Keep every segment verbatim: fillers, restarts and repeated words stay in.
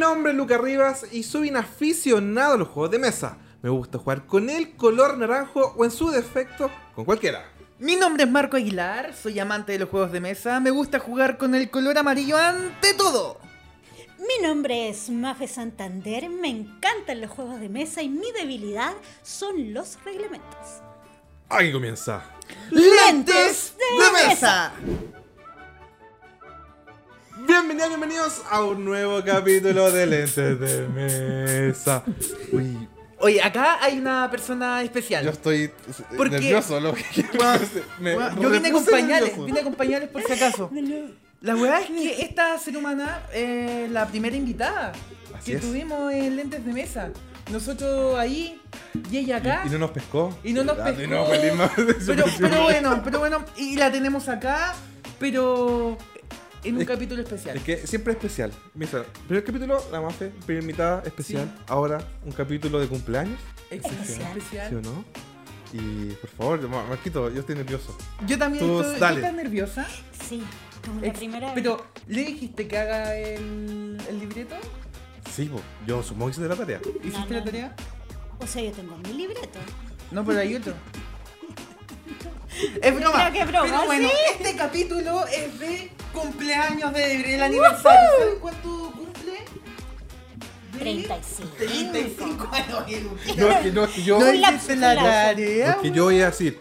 nombre es Lucas Rivas y soy un aficionado a los juegos de mesa. Me gusta jugar con el color naranjo o en su defecto con cualquiera. Mi nombre es Marco Aguilar, soy amante de los juegos de mesa, me gusta jugar con el color amarillo ante todo. Mi nombre es Mafe Santander, me encantan los juegos de mesa y mi debilidad son los reglamentos. Aquí comienza ¡Lentes de mesa! Bienvenidos, bienvenidos a un nuevo capítulo de Lentes de Mesa. Uy, Oye, acá hay una persona especial. yo estoy ¿Por qué? nervioso. Lo que me, Bueno, yo vine con repuse pañales, nervioso. vine con pañales por si acaso. La weá es que esta ser humana es la primera invitada Así que es. tuvimos en Lentes de Mesa. Nosotros ahí y ella acá. Y no nos pescó. Y no nos Ah, pescó. y no perdimos de su Pero, próximo. pero bueno, pero bueno, y la tenemos acá, pero en un Es- capítulo especial. Es que siempre es especial. Mira, primer capítulo, la Mafe, primera invitada especial. Sí. Ahora, un capítulo de cumpleaños. Especial. ¿Sí o no? Y por favor, Ma- Marquito, yo estoy nervioso. Yo también Tú, estoy. dale. ¿Tú estás nerviosa? Sí, como la Ex- primera vez. Pero, ¿le dijiste que haga el, el libreto? Sí, po, yo supongo que hice de la tarea. ¿Hiciste no, la no. tarea? O sea, yo tengo mi libreto. No, pero hay otro. Es broma. Creo que es broma, Pero bueno, ¿sí? este capítulo es de cumpleaños de Debre, el aniversario. ¿Sabes cuánto cumple? De- treinta y cinco. treinta y cinco años. No, es que, no, es que yo, No Un hiciste lapso, la un lapso. tarea. es que yo voy a decir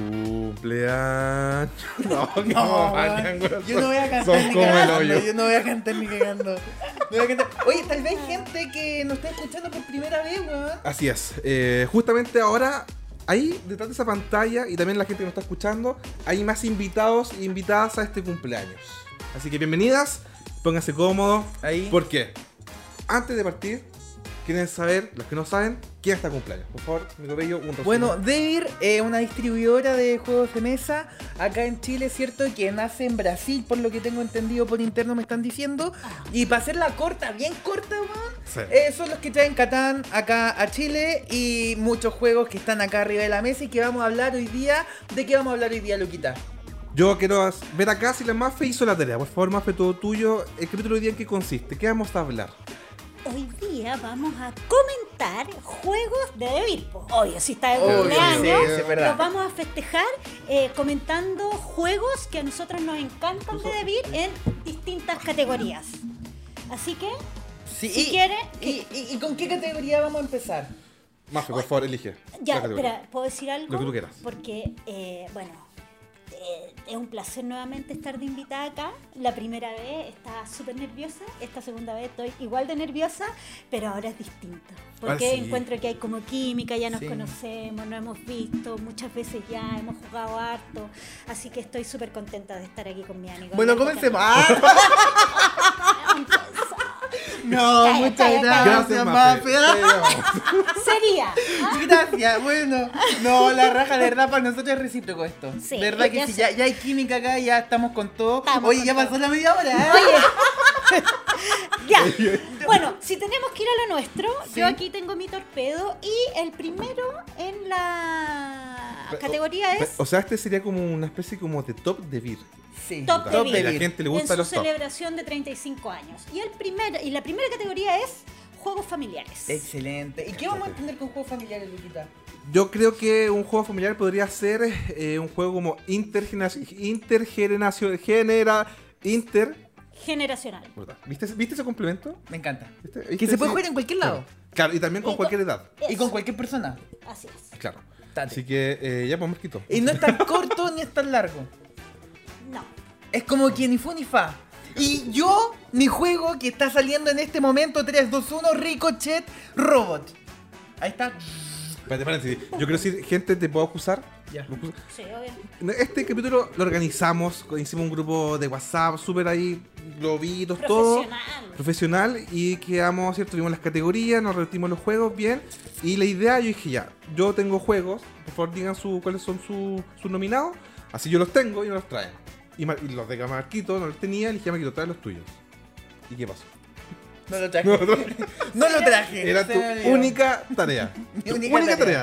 cumpleaños. No, que No, vayan, weón. weón. Yo no voy a cantar Son ni como el cagando. hoyo. Yo no voy a cantar ni cagando. No voy a cantar. Oye, tal vez hay gente que nos está escuchando por primera vez, weón. Así es. Eh, justamente ahora, ahí detrás de esa pantalla y también la gente que nos está escuchando, hay más invitados e invitadas a este cumpleaños. Así que bienvenidas, pónganse cómodos. Ahí. ¿Por qué? Antes de partir, quieren saber, los que no saben, quién está cumpleaños. Por favor, amigo Bello, un resumen. Bueno, Devir es una distribuidora de juegos de mesa acá en Chile, ¿cierto? Que nace en Brasil, por lo que tengo entendido por interno me están diciendo. Y para hacerla corta, bien corta, weón, Sí. eh, son los que traen Catán acá a Chile y muchos juegos que están acá arriba de la mesa y que vamos a hablar hoy día. ¿De qué vamos a hablar hoy día, Luquita? Yo quiero as- ver acá si la Mafe hizo la tarea. Por favor, Mafe, todo tuyo. El capítulo de hoy día, ¿en qué consiste? ¿Qué vamos a hablar? Hoy día vamos a comentar juegos de Devir. Pues, obvio, si está de Obvio, cumpleaños, sí, sí, es verdad. los vamos a festejar eh, comentando juegos que a nosotros nos encantan de Devir en distintas categorías. Así que, Sí, Si y, quiere, y, y- ¿y con qué categoría vamos a empezar? Mafe, por favor, elige. ya, la categoría. espera, ¿puedo decir algo? Lo que tú quieras. Porque, eh, bueno, eh, es un placer nuevamente estar de invitada acá. La primera vez estaba súper nerviosa, esta segunda vez estoy igual de nerviosa, pero ahora es distinto. Porque Ah, sí. encuentro que hay como química, ya nos Sí. conocemos, nos hemos visto, muchas veces ya hemos jugado harto, así que estoy súper contenta de estar aquí con mi amigo. Bueno, Alberto comencemos. Cano. ¡Ah! No, Calla, muchas calla, calla. gracias, Mafe. Sería. Gracias, bueno. No, la raja, de verdad, para nosotros es recíproco esto. Sí, de verdad que ya sí, sé. ya, ya hay química acá, ya estamos con todo. Estamos Oye, con ya todo. pasó la media hora, ¿eh? Oye, ya. Bueno, si tenemos que ir a lo nuestro, Sí. yo aquí tengo mi torpedo y el primero en la categoría es O sea, este sería como una especie como de top de beer. Sí, Top de Top beer. Y a la gente le en gustan su los top. celebración de treinta y cinco años. Y el primer y la primera categoría es juegos familiares. Excelente. ¿Y qué vamos a entender con juegos familiares, Luquita? Yo creo que un juego familiar podría ser eh, un juego como intergeneración. Intergeneración. Genera. Inter. Generacional. ¿Viste, ¿Viste ese complemento? Me encanta. ¿Viste? Que ¿Viste? se puede Sí. jugar en cualquier lado. Claro, y también con Y con- cualquier edad. Y Eso. con cualquier persona. Así es. Claro. Tate. Así que eh, ya, pues, Marquito. Y no es tan corto ni es tan largo. No. Es como que ni fu ni fa. Y yo, mi juego que está saliendo en este momento, tres, dos, uno, Ricochet Robot. Ahí está. Espérate, espérate. Yo quiero decir, gente, ¿te puedo acusar? Ya. ¿Me acuso? Sí, obvio. Este capítulo lo organizamos, hicimos un grupo de WhatsApp, súper ahí, globitos, todo. Profesional. Profesional, y quedamos, ¿cierto? Vimos las categorías, nos repartimos los juegos bien. Y la idea, yo dije, ya, yo tengo juegos, por favor digan su, cuáles son sus sus nominados. Así yo los tengo y me los traen. Y, Mar- y los de Marquito no los tenía, le dije a Marquito, trae los tuyos. ¿Y qué pasó? No lo traje. No, no. No lo traje. Era Se tu me olvidó. única tarea. Mi Tu única única tarea. tarea.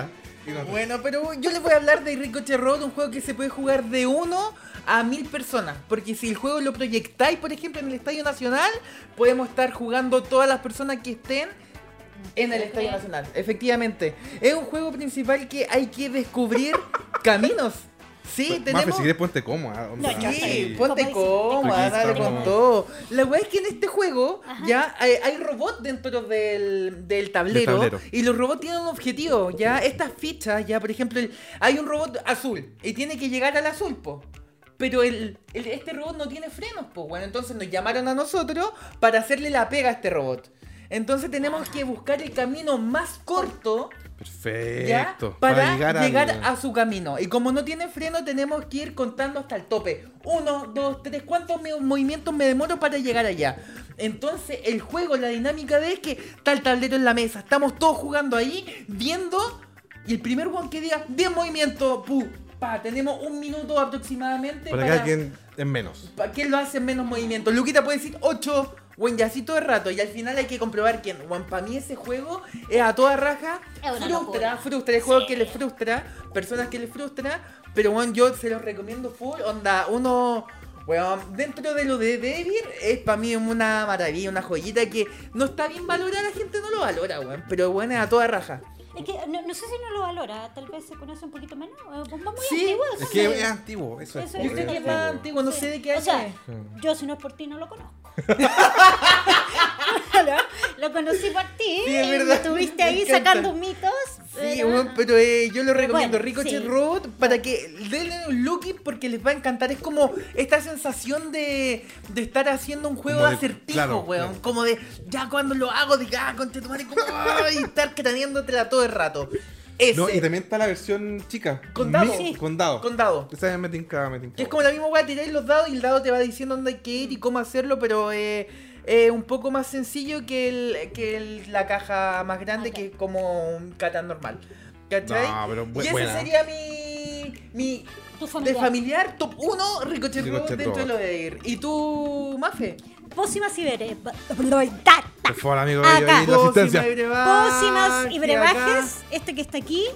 Y no- Bueno, pero yo les voy a hablar de Ricochet Road, un juego que se puede jugar de uno a mil personas. Porque si el juego lo proyectáis, por ejemplo, en el Estadio Nacional, podemos estar jugando todas las personas que estén en el Estadio Nacional. Efectivamente. Es un juego principal que hay que descubrir caminos. Sí, Mafe, tenemos... si quieres ponte cómoda. onda, No, yo Sí, estoy- ponte como dice, cómoda, Aquí dale estamos. con todo. La weá es que en este juego Ajá. ya hay, hay robots dentro del, del tablero, Del tablero. y los robots tienen un objetivo. Ya estas fichas, ya por ejemplo, el- hay un robot azul y tiene que llegar al azul, po. Pero el, el- este robot no tiene frenos, po. Bueno, entonces nos llamaron a nosotros para hacerle la pega a este robot. Entonces tenemos que buscar el camino más corto. ¿Ya? Perfecto. Para, llegar, al- a su camino. Y como no tiene freno, tenemos que ir contando hasta el tope. Uno, dos, tres. ¿Cuántos me- movimientos me demoro para llegar allá? Entonces, el juego, la dinámica de es que está el tablero en la mesa. Estamos todos jugando ahí, viendo. Y el primer one que diga diez movimientos, pu, pa, tenemos un minuto aproximadamente Para que alguien en menos. ¿Para qué lo hace menos movimientos? Luquita puede decir ocho. Bueno, ya así todo el rato. Y al final hay que comprobar quién. Bueno, para mí ese juego es a toda raja. Es una Frustra, locura. frustra. El juego Sí. que les frustra. Personas que les frustra. Pero bueno, yo se los recomiendo full. Onda, uno... Bueno, dentro de lo de Devir es para mí una maravilla, una joyita que no está bien valorada, la gente no lo valora, weón. Pero bueno, es a toda raja. Es que no, no sé si no lo valora, tal vez se conoce un poquito menos. eh, Pues más muy Sí, antiguo, Es no que sé. es antiguo, eso es. Eso Yo es creo que es antiguo. más antiguo, no Sí. sé de qué año O sea, es. yo si no es por ti no lo conozco. Lo conocí por ti Sí, es y verdad. me estuviste Me ahí encanta. sacando mitos. Sí, pero- weón, pero eh, yo lo Pero recomiendo, bueno, Ricochet sí. Road, para que denle un look porque les va a encantar. Es como esta sensación de, de estar haciendo un juego Como de de- acertijo, claro, weón. claro. Como de, ya cuando lo hago, diga, ah, conche tu madre, como, ay, y estar craneándotela todo el rato. Ese, No, y también está la versión chica. Con dado. Mi- Sí. Con dado. con dado. Esa me tinca, me tinca. Que es como la misma weá, tiráis los dados y el dado te va diciendo dónde hay que ir y cómo hacerlo, pero eh, eh, un poco más sencillo que, el, que el- la caja más grande, Ok. que es como un Catán normal. ¿Cachai? No, pero bu- y ese buena. sería mi, mi Tu de familiar. familiar top uno, Ricochet Road Ricochet dentro de Road. lo de ir. ¿Y tú, Mafe? Pócimas y bere- Por favor, amigo, Acá. ahí- ahí la asistencia. Pócimas y brebajes, Pócimas y acá. brebajes, este que está aquí,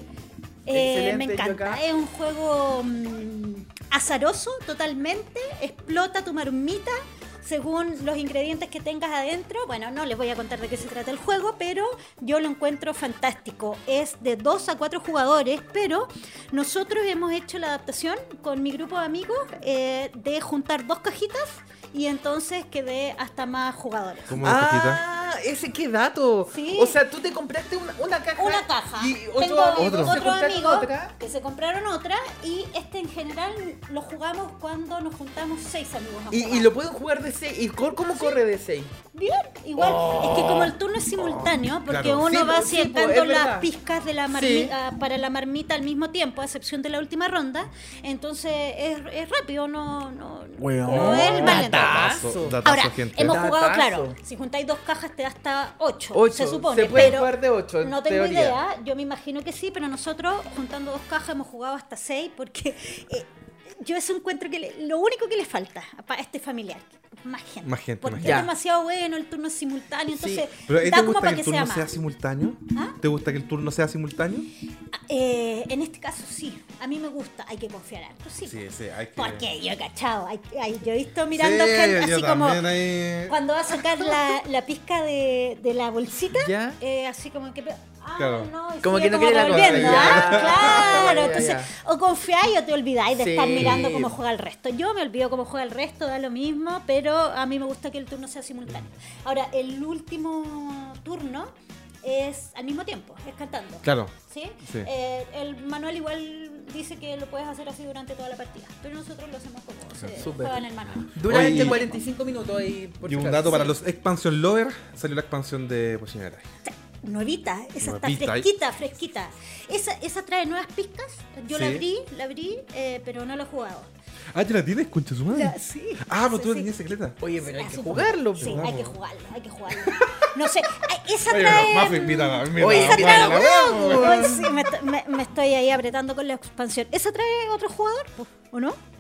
eh, me Excelente, yo encanta. acá. Es un juego mm, azaroso totalmente, explota tu marmita según los ingredientes que tengas adentro. Bueno, no les voy a contar de qué se trata el juego, pero yo lo encuentro fantástico. Es de dos a cuatro jugadores, pero nosotros hemos hecho la adaptación con mi grupo de amigos eh, de juntar dos cajitas y entonces que dé hasta más jugadores. ¿Cómo de cajita? Ah, ese qué dato. Sí. O sea, tú te compraste una, una caja. Una caja. Y Tengo otro amigo Otro. se otros compraron amigos otra. que se compraron otra y este en general lo jugamos cuando nos juntamos seis amigos. a Y, jugar. y lo pueden jugar de seis. ¿Y cor- cómo corre de seis? Bien, igual. Es que como el turno es simultáneo, porque Claro. uno Sí, va po, sí, po, sacando es las verdad. pizcas de la Sí. marmita, para la marmita al mismo tiempo, a excepción de la última ronda, entonces es, es rápido, no, no, no es el mal lento. Datazo. Datazo, Ahora, gente. hemos Datazo. jugado, claro, si juntáis dos cajas te da hasta ocho, Ocho. se supone, Se puede pero jugar de ocho, en no tengo teoría. idea, yo me imagino que sí, pero nosotros juntando dos cajas hemos jugado hasta seis porque eh, yo eso encuentro que le- lo único que le falta a este familiar, más gente, Más gente, porque más es gente. demasiado bueno, el turno es simultáneo, Sí. entonces Pero ¿ahí da te como gusta para que que, el sea turno más. sea simultáneo? ¿Ah? ¿Te gusta que el turno sea simultáneo? Eh, en este caso sí, a mí me gusta, hay que confiar harto, sí. Sí, sí, hay que... Porque yo he cachado, hay- hay- yo he visto mirando Sí, gente yo así como también ahí- cuando va a sacar la, la pizca de, de la bolsita, ¿Ya? eh, así como que... Ah, Claro. no, y Como sigue que no quiere la cosa, revolviendo, ya. ¿ah? Claro, Ya, entonces, ya. o confiáis o te olvidáis de Sí. estar mirando cómo juega el resto. Yo me olvido cómo juega el resto, da lo mismo, pero a mí me gusta que el turno sea simultáneo. Ahora, el último turno es al mismo tiempo, es cantando. Claro. ¿Sí? Sí. Eh, el manual igual dice que lo puedes hacer así durante toda la partida, pero nosotros lo hacemos como se Súper. juega en el manual. Dura Oye, este y- cuarenta y cinco minutos ahí. por Y si un acaso. dato para Sí. los expansion lovers, salió la expansión de Poción de Nuevita, esa Nuevita, está fresquita, fresquita. Esa, esa trae nuevas pizcas. Yo la Sí. abrí, la abrí, eh, pero no la he jugado. Ah, ¿ya la tienes, concha su madre? Ya, sí. Ah, pero Sí, tú la sí. tenías secreta. Oye, pero hay Ah, que sí, jugarlo. Sí, po. Vamos. hay que jugarlo, hay que jugarlo. No sé, ay, esa Oye, trae... pero Mafe, invítala, invítala. Oye, esa trae... invítala, weón. Ay, sí, me, me- me estoy ahí apretando con la expansión. ¿Esa trae otro jugador? po, ¿O no?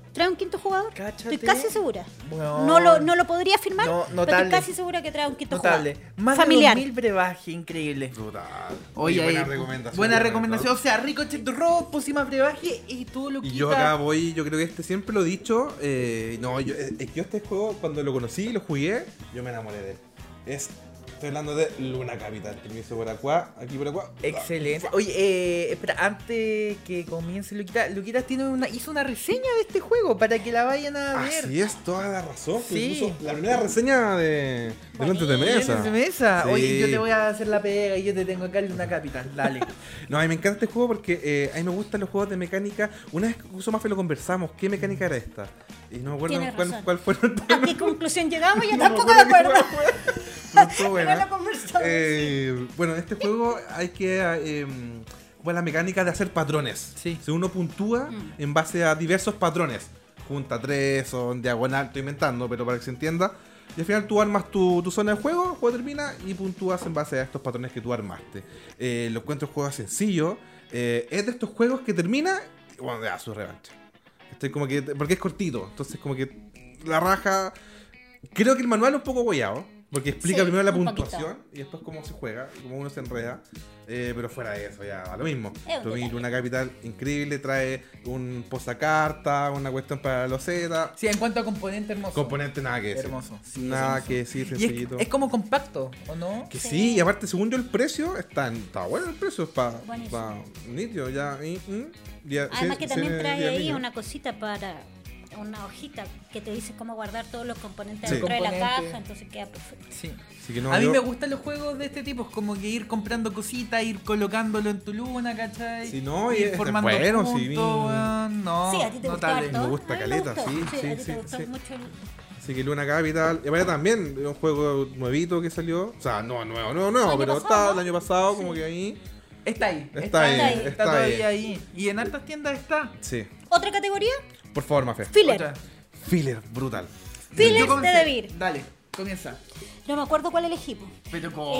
trae un quinto jugador. Cáchate. Estoy casi segura. Bueno. No lo, no lo podría afirmar, No, pero notable. estoy casi segura que trae un quinto Notable. jugador. Más Familiar. de dos mil brebajes, increíble. Brutal. Oye, buena ahí, recomendación. Buena recomendación. O sea, Ricochet Road, pusimos brebaje y tú lo Y yo acá voy, yo creo que este siempre lo he dicho. Eh, no, yo, es que yo este juego, cuando lo conocí y lo jugué, yo me enamoré de él. Es, estoy hablando de Luna Capital, que me hizo por acá, aquí por acá. Excelente. Oye, eh, espera, antes que comience Luquita, Luquita tiene una, hizo una reseña de este juego para que la vayan a ver. Así es, toda la razón. que Sí. incluso la primera reseña de, de Lentes de Mesa. ¿Tienes mesa? Sí. Oye, yo te voy a hacer la pega y yo te tengo acá en Luna Capital. Dale. No, a mí me encanta este juego porque eh, a mí me gustan los juegos de mecánica. Una vez que uso Mafia lo conversamos, ¿qué mecánica era esta? Y no me acuerdo Tienes cuál, razón. cuál fue el ¿A qué conclusión llegamos? Yo No me tampoco me acuerdo acuerdo. ni cuál fue. Pero estuvo buena. Pero lo conversamos, Eh, bueno, en este juego hay que eh, ocupar la mecánica de hacer patrones. Sí. Si uno puntúa Mm. en base a diversos patrones. Junta tres o en diagonal, estoy inventando, pero para que se entienda. Y al final tú armas tu, tu zona de juego, el juego termina y puntúas en base a estos patrones que tú armaste. Eh, lo encuentro un juego sencillo. Eh, es de estos juegos que termina y bueno, da su revancha. Estoy como que, porque es cortito, entonces como que la raja. Creo que el manual es un poco guayado, porque explica Sí, primero la un puntuación poquito. y después cómo se juega, cómo uno se enreda. Eh, pero fuera de eso, ya da lo mismo. Es un Lo vi, detalle. Luna Capital increíble, trae un posacarta, una cuestión para la loseta. Sí, en cuanto a componente hermoso. Componente nada que decir. Hermoso. Sí, Nada hermoso. que decir, Y es, sencillito. es como compacto, ¿o no? Que sí. Sí. y aparte, según yo, el precio está, está bueno. El precio es para Buenísimo. pa, nítido, ya. Y, mm, ya, Además sí, que sí, también sí, trae sí, ahí niño. una cosita para una hojita que te dice cómo guardar todos los componentes Sí. dentro de la Componente. caja, entonces queda perfecto. Sí. Así que no, a mí yo- me gustan los juegos de este tipo, es como que ir comprando cositas, ir colocándolo en tu luna, ¿cachai? Sí, no, y ir es formando bueno, puntos, sí. weón. No, Sí, a ti te gustó notable. harto. Me gusta A mí caleta, gustó. sí, sí, a ti sí, te gustó sí. mucho el... Así que Luna Capital. Y vaya también, es un juego nuevito que salió. O sea, no, nuevo, nuevo, nuevo, Año pero pasado, está ¿no? el año pasado, Sí. como que ahí. Está ahí. Está ahí, Está, está todavía ahí. ahí. Y en hartas tiendas está. Sí. ¿Otra categoría? Por favor, Mafe. Filler. Otra. Filler, brutal. Fillers Yo comencé. de Devir. Dale, comienza. No me acuerdo cuál elegí. po. Pero como.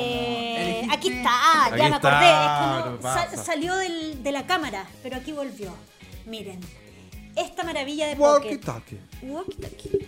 Eh, ¿Elegiste? aquí está, Aquí ya me está, acordé. Es ¿qué como pasa? sa- salió del- de la cámara, pero aquí volvió. Miren, esta maravilla de Walkie Pocket. talkie. Walkie talkie.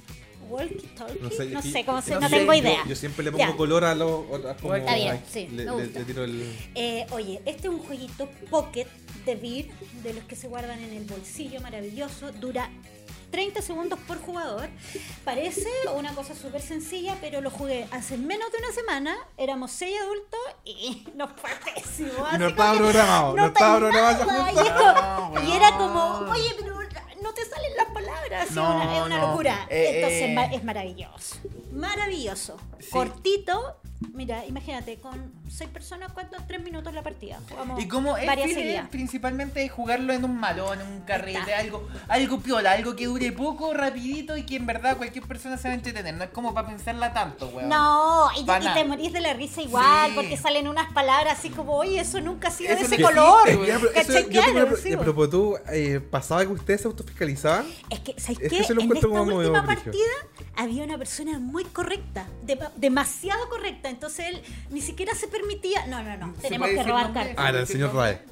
Walkie talkie. No No sé, sé, aquí- cómo se, no no, sé, tengo yo- idea. Yo siempre le pongo Ya. color a los. a- como- Está bien, ay, sí, le, me le- gusta. le tiro el. Eh, oye, este es un jueguito Pocket de Beer, de los que se guardan en el bolsillo, maravilloso. Dura treinta segundos por jugador. Parece una cosa súper sencilla, pero lo jugué hace menos de una semana. Éramos seis adultos y nos fue pésimo. Y así no estaba como que programado, no está estaba programado nada, esa y, es junta. como- y era como, oye, pero no te salen las palabras. así, No, una- es una no. locura. Eh, Entonces eh. ma- es maravilloso. Maravilloso. Sí. Cortito. Mira, imagínate, con seis personas, ¿cuántos? Tres minutos la partida. Jugamos Y como es varias filler, seguidas. principalmente es jugarlo en un malón, en un carrete, está. algo, algo piola, algo que dure poco, rapidito y que en verdad cualquier persona se va a entretener. No es como para pensarla tanto, weón. No, y, Pa' y nada. te morís de la risa igual, Sí. porque salen unas palabras así como, oye, eso nunca ha sido Eso de ese no color. existe, Ya, pero eso- ¿Cachai? yo tengo Claro, una- sí, eh, bueno. pero tú, eh, ¿pasaba que ustedes se autofiscalizaban? Es que, ¿sabes Es qué? que se lo En encuentro esta como medio última brígido. partida había una persona muy correcta, de- demasiado correcta, entonces él ni siquiera se permitía. No, no, no, ¿Se tenemos puede que decir robar nombre? cartas. Ah, era el señor Rae.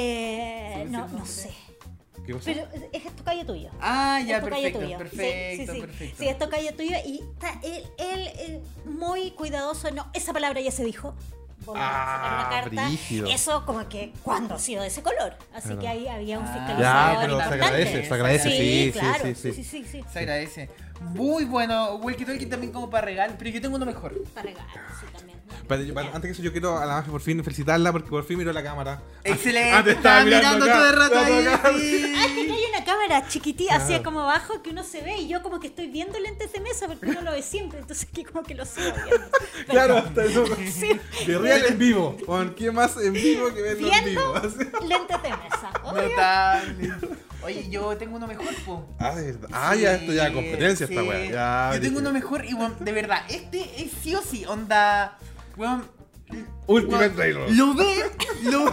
Eh, ¿Se no, dice no nombre? sé. ¿Qué cosa? Pero es esto calle tuyo. Ah, ya, Es tocayo perfecto, tuyo. perfecto, sí, sí, sí. perfecto. Sí, es tocayo tuyo y está él, él eh, muy cuidadoso. No, esa palabra ya se dijo. Volver a sacar Ah, una carta. brígido. Eso como que cuando ha sido de ese color. Así Claro. que ahí había un Ah. fiscalizador Ya, pero se importante. agradece, se agradece, sí, sí, claro, sí, sí, sí. sí, sí, sí. Se agradece. Muy bueno. Walkie Talkie también como para regalar, pero yo tengo uno mejor. Para regalar, sí, también. Pero yo- antes que eso, yo quiero a la Mafe por fin felicitarla porque por fin miró la cámara. Excelente. Antes estaba estaba mirando acá, todo el rato estaba ahí. acá. sí. Ah, es que hay una cámara chiquitita, así Claro. como abajo, que uno se ve y yo como que estoy viendo lentes de mesa porque uno lo ve siempre, entonces aquí como que lo sigo viendo. Pero- Claro, hasta eso. Sí. De real en vivo. Juan, ¿qué más en vivo que verlo en Viendo vivo? Así. lentes de mesa. obvio. Notable. Oye, yo tengo uno mejor, po. Ah, de verdad. Ah, ya, esto ya Sí, competencia esta sí. weá. Ya, Yo tengo brígido. uno mejor y bueno, de verdad, este es sí o sí, onda. Weón. Ultimate weón, Railroad. Lo ve, lo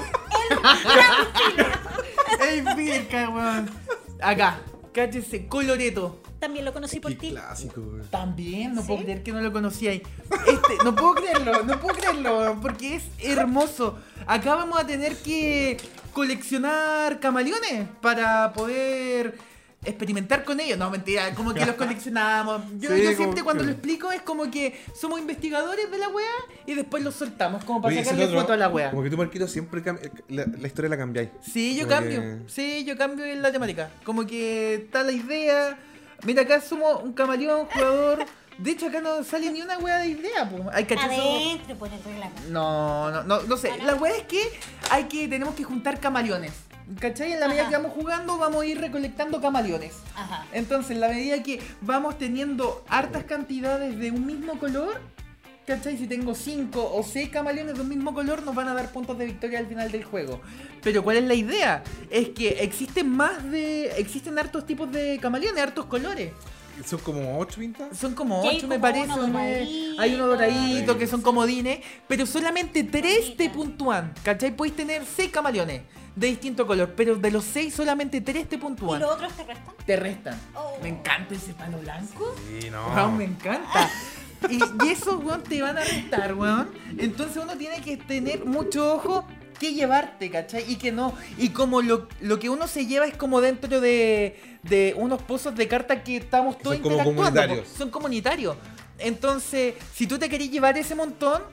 El Pirca, weón. Acá, cáchese, Coloreto. También lo conocí por Qué ti. clásico, weón. También, no ¿Sí? puedo creer que no lo conocía ahí. Este, no puedo creerlo, no puedo creerlo, weón, porque es hermoso. Acá vamos a tener que coleccionar camaleones para poder experimentar con ellos. No, mentira, como que los coleccionamos. Yo, Sí, yo como siempre cuando que- lo explico es como que somos investigadores de la wea y después los soltamos como para Oye, ese sacarle es el otro, foto a la wea. Como que tú, Marquito, siempre cam- la, la historia la cambiáis. Sí, yo Como cambio. que- Sí, yo cambio en la temática. Como que está la idea. Mira, acá somos un camaleón, jugador. De hecho, acá no sale ni una wea de idea, po. Hay cachazos. Adentro por el reglamento. No, no, no, no sé. Ah, no. La wea es que hay que, tenemos que juntar camaleones. ¿Cachai? En la medida Ajá. que vamos jugando, vamos a ir recolectando camaleones. Ajá. Entonces, en la medida que vamos teniendo hartas cantidades de un mismo color, ¿cachai? Si tengo cinco o seis camaleones de un mismo color, nos van a dar puntos de victoria al final del juego. Pero ¿cuál es la idea? Es que existen más de... Existen hartos tipos de camaleones, hartos colores. Son como ocho pintas. Son como Y hay ocho, me como parece. uno nueve. doradito. Hay uno doradito que son Sí. comodines, pero solamente tres te Bonita. puntúan. ¿Cachai? Podéis tener seis camaleones de distinto color, pero de los seis solamente tres te ¿Y puntúan. los otros te restan? Te restan. Oh. Me encanta ese palo blanco. Sí, Weón, no. me encanta. Y, y esos, weón, te van a restar, weón. Entonces uno tiene que tener mucho ojo qué llevarte, ¿cachai? Y que no. Y como lo, lo que uno se lleva es como dentro de, de unos pozos de carta que estamos todos Son como interactuando. comunitarios. po. Son comunitarios. Entonces, si tú te querés llevar ese montón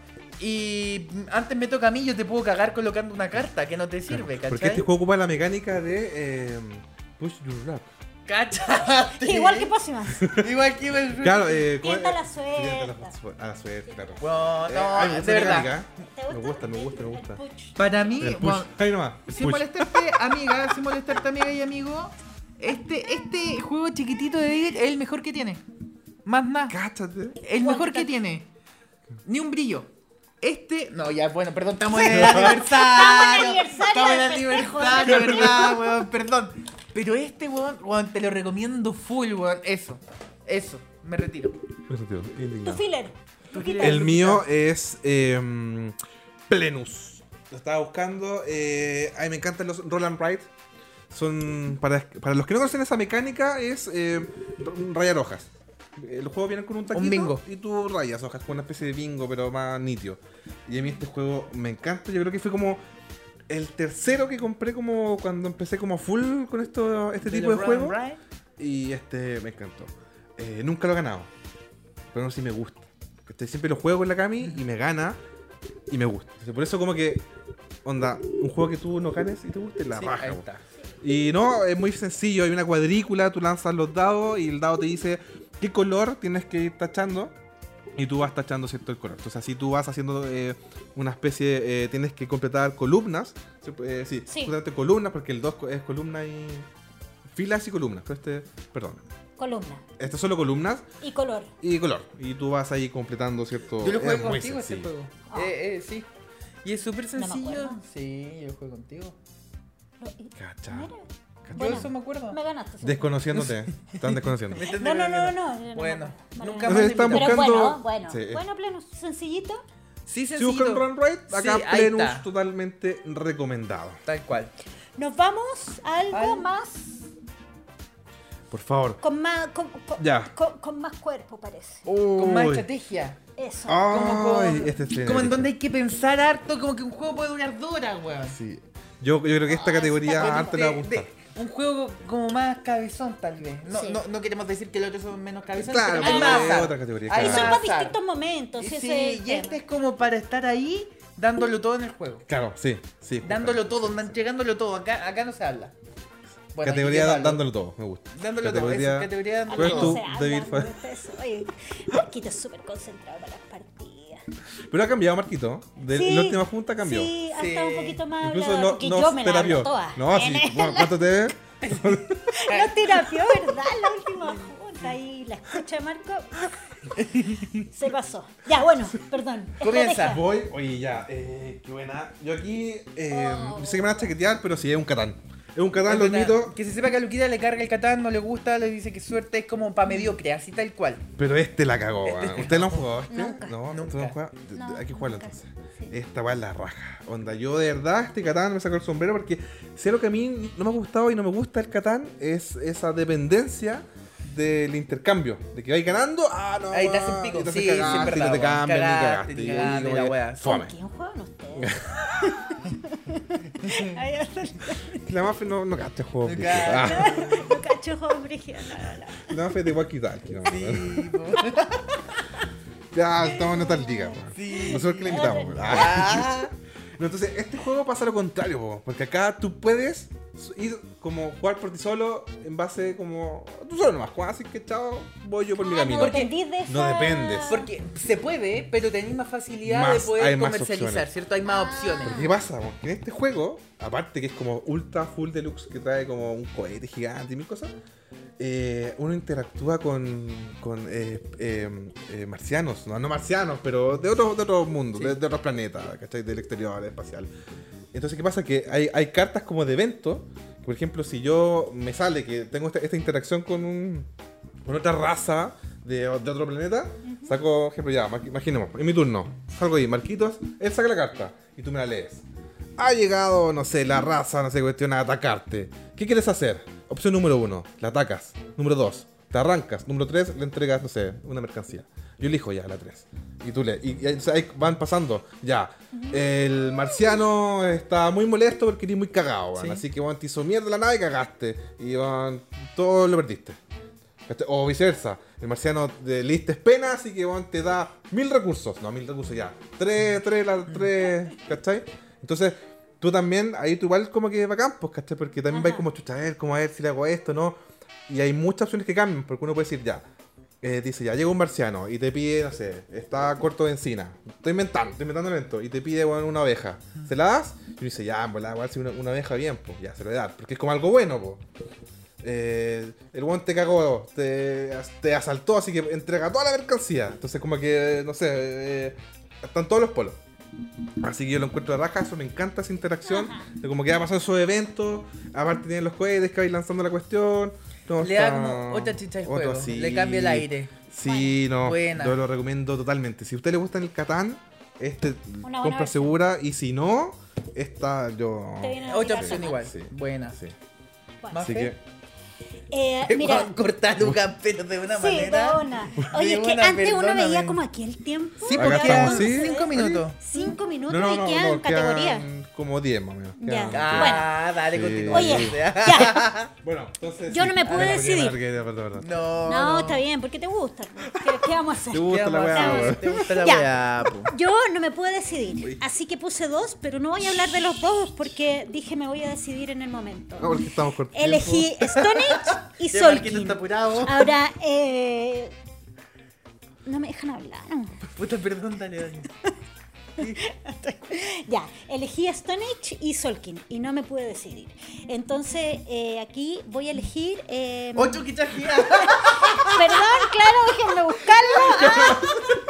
y antes me toca a mí, yo te puedo cagar colocando una carta que no te sirve, ¿cachai? Porque este juego ocupa la mecánica de eh, Push Your Luck. ¿Cachate? Igual que Pósimas. Igual que el... Claro, eh, ¿cómo Tienta es? la suerte. Tienta la su- a la suerte, claro. Bueno, Eh, no, hay de esa verdad. mecánica. ¿Te Me gusta, me gusta, me gusta. El push. Para mí, El push. bueno, Ahí nomás. el sin push. molestarte, amiga, sin molestarte, amiga y amigo, este, este juego chiquitito de David es el mejor que tiene. Más nada. Cáchate. El ¿Cuánto? mejor que tiene. Ni un brillo. Este. No, ya, bueno, perdón, estamos en el aniversario. Estamos en el aniversario Estamos en el del festejo. aniversario, ¿verdad, weón? Perdón. Pero este, weón, weón, te lo recomiendo full, weón. Eso. Eso. Me retiro. Eso, tío, Tu indignado. filler. Tu Filler. El mío es eh, Plenus. Lo estaba buscando. Eh, a mí me encantan los Roll and Ride. Son. Para, para los que no conocen esa mecánica, es eh, rayar hojas. El juego viene con un taquito Un bingo. y tú rayas hojas, con una especie de bingo, pero más nítido. Y a mí este juego me encanta. Yo creo que fue como el tercero que compré como cuando empecé como full con esto, este tipo de juego. Y este me encantó. Eh, nunca lo he ganado. Pero no sé si me gusta. Porque siempre lo juego con la Cami y me gana. Y me gusta. Entonces, por eso como que. Onda, un juego que tú no ganes y te guste, la Sí, raja. ahí po. está. Y no, es muy sencillo. Hay una cuadrícula, tú lanzas los dados y el dado te dice qué color tienes que ir tachando. Y tú vas tachando, ¿cierto? El color. Entonces así tú vas haciendo eh, una especie, eh, tienes que completar columnas. ¿sí? Eh, sí, Sí. justamente columnas, porque el dos es columna y... Filas y columnas. Pero este, perdón. Columna. Este es solo columnas Y color. y color. Y tú vas ahí completando, ¿cierto? Yo lo Es jugué muy contigo este sencillo. juego. Ah. Eh, eh, sí. Y es súper No me sencillo. acuerdo. Sí, yo lo jugué contigo. Lo- y- Cacha. Mira. Cacha. Yo Bueno, eso me acuerdo. Me ganaste. sí. Desconociéndote. Están desconociendo. ¿Me entendés? No, no, no, no. no, no, Bueno, no, no, no, nunca no. más Entonces están me Pero buscando- bueno, bueno. Sí. Bueno, pleno, sencillito. Sí, Si buscan sencillo. Run Right, acá Sí, ahí Plenus está. totalmente recomendado. Tal cual. Nos vamos a algo Al- más. Por favor. Con más. Con, con- Ya. con- con más cuerpo, parece. Con más Uy. estrategia. Eso. Como, Ay, con- este es como en donde hay que pensar harto, como que un juego puede durar dos horas, weón. Sí. Yo, yo creo que esta Ah, categoría está a bueno. Arte le va a De- gustar. de- un juego como más cabezón, tal vez. No, Sí. no, no queremos decir que los otros son menos cabezones, Claro, pero hay pero más es azar. otra categoría, Hay Y claro. son más para azar. distintos momentos. Y Sí, sí, ese es el y este tema. es como para estar ahí dándolo todo en el juego. Claro, sí, sí. Dándolo justamente. todo, dan- llegándolo todo. Acá, acá no se habla. Bueno, Categoría aquí se da- habla. dándolo todo, me gusta. Dándolo todo, Categoría- eso, categoría dándolo ¿Cuál es Aquí todo. tu- no se habla, David, me fue- gusta eso. Oye, Marquito es súper concentrado para las partidas. Pero ha cambiado, Marquito. De Sí, la última junta cambió. Sí, ha Sí. estado un poquito más Incluso hablado, no, porque no yo me la terapió. hablo toda. No, sí. ¿cu- ¿Cuánto te ves? No terapió, ¿verdad? La última junta ahí, la escucha de Marco. Se pasó. Ya, bueno, perdón. Comienza. Estrategia. Voy, oye, ya, eh, qué buena. Yo aquí, eh, Oh. sé que me van a chaquetear, pero sí, es un Catán. Es un Catán, Es lo verdad. admito. Que se sepa que a Luquita le carga el Catán, no le gusta, le dice que suerte es como pa' mediocre, así tal cual. Pero este la cagó, Este weón. la ¿Ustedes lo han jugado este? Nunca. No, Nunca. ¿ustedes lo han jugado? No, Hay que jugarlo nunca. entonces. Sí. Esta va en la raja. Onda, yo de verdad, este Catán me sacó el sombrero porque sé lo que a mí no me ha gustado y no me gusta el Catán es esa dependencia del intercambio. De que vais ganando, ah, no. Ahí te hacen pico. y te hacen Sí, cagar, sí, es y verdad, no te weón. cambian ni Cagaste, cagaste. ni Y cagaste, como la que wea. fome. ¿Con quién juegan ustedes? Ahí está. que la mafia no, no cacha juegos No brígidos. cacha. Ah, No cacho juegos brígidos, no, no, no. la mafia es de walkie talkie, no, Sí, po. Ya, estamos en otra liga, po. Sí. Nosotros que le invitamos, po. Ah. Ah. No, entonces, este juego pasa lo contrario, po, porque acá tú puedes ir como jugar por ti solo en base como... Tú solo nomás, juegas así que chao, voy yo por mi Ah, camino. no Porque dependís de no esa- dependes. Porque se puede, pero tenés más facilidad Más- de poder hay más comercializar, opciones. ¿cierto? Hay más opciones. Porque, ¿qué pasa? Porque en este juego, aparte que es como ultra full deluxe, que trae como un cohete gigante y mil cosas, eh, uno interactúa con, con eh, eh, eh, marcianos, no, no marcianos, pero de otros de otros mundos, Sí. de, de otros planetas, ¿cachai? Del exterior, espacial. Entonces, ¿qué pasa? Que hay, hay cartas como de evento. Que, por ejemplo, si yo me sale que tengo esta, esta interacción con un con otra raza de, de otro planeta, saco, por ejemplo, ya, ma- imaginemos, en mi turno, salgo ahí, Marquitos, él saca la carta y tú me la lees. Ha llegado, no sé, la raza, no sé, cuestión a atacarte. ¿Qué quieres hacer? Opción número uno, la atacas. Número dos, te arrancas. Número tres, le entregas, no sé, una mercancía. Yo elijo ya la tres. Y tú le. Y, y o sea, ahí van pasando. Ya. El marciano está muy molesto porque eres muy cagado, weón. Sí. Así que, weón, te hizo mierda la nave y cagaste. Y, weón, todo lo perdiste. ¿Cachai? O viceversa. El marciano de le diste pena, así que, weón, te da mil recursos. No, mil recursos ya. Tres, tres, la, tres. ¿Cachai? Entonces, tú también, ahí tú igual como que bacán, pues, ¿cachai? Porque también Ajá. vais como, chucha, a ver, cómo a ver si le hago esto, ¿no? Y hay muchas opciones que cambian, porque uno puede decir, ya, eh, dice, ya, llega un marciano y te pide, no sé, está corto de encina. Estoy inventando, estoy inventando evento. Y te pide, bueno, una oveja. ¿Se la das? Y uno dice, ya, pues, igual si una, una oveja bien, pues, ya, se lo voy a dar. Porque es como algo bueno, pues. Eh, el weón te cagó, te, te asaltó, así que entrega toda la mercancía. Entonces, como que, no sé, eh, están todos los polos. Así que yo lo encuentro de raja, eso me encanta esa interacción. Ajá. De como que va a pasar esos eventos, aparte tienen los cohetes que vais lanzando la cuestión. No, Le da está- como otra chicha al otro, juego. sí. Le cambia el aire. Sí, no, Buena. yo lo recomiendo totalmente. Si a usted le gusta el Catán, este Una buena compra versión. segura. Y si no, esta yo... Te viene a Otra aplicar opción la igual. Sí. Buena. Sí. Bueno. Así Mafe. que... Eh, mira, Juan corta Lucas, pero de una sí, manera. de una. Oye, de es que una, antes uno perdóname. veía como aquí el tiempo. Sí, Acá porque estamos, quedan ¿sí? cinco minutos. Cinco minutos No, no, y no, quedan no, categorías. quedan como diez más o menos. Ya. Quedan- Ah, dale, Sí. continúa. Oye, ya. Bueno, entonces... Yo sí. no me pude Ah, decidir. Margarita, perdón, perdón. No, No, está bien, porque te gusta. ¿Qué, qué vamos a hacer? ¿Te gusta ¿Qué la vamos a weá, hacer? weón? ¿Te gusta la Ya. weá, po? Yo no me pude decidir, así que puse dos, pero no voy a hablar de los dos porque dije me voy a decidir en el momento. No, porque estamos cortos. Elegí Stone Age y Ya, Marquito Solkin. está apurado. Ahora, eh... no me dejan hablar. Puta, perdón, dale, dale. Ya, elegí Stone Age y Solkin y no me pude decidir. Entonces, eh, aquí voy a elegir... eh, Ocho quichajías. Perdón, claro, déjenme buscarlo. Ah.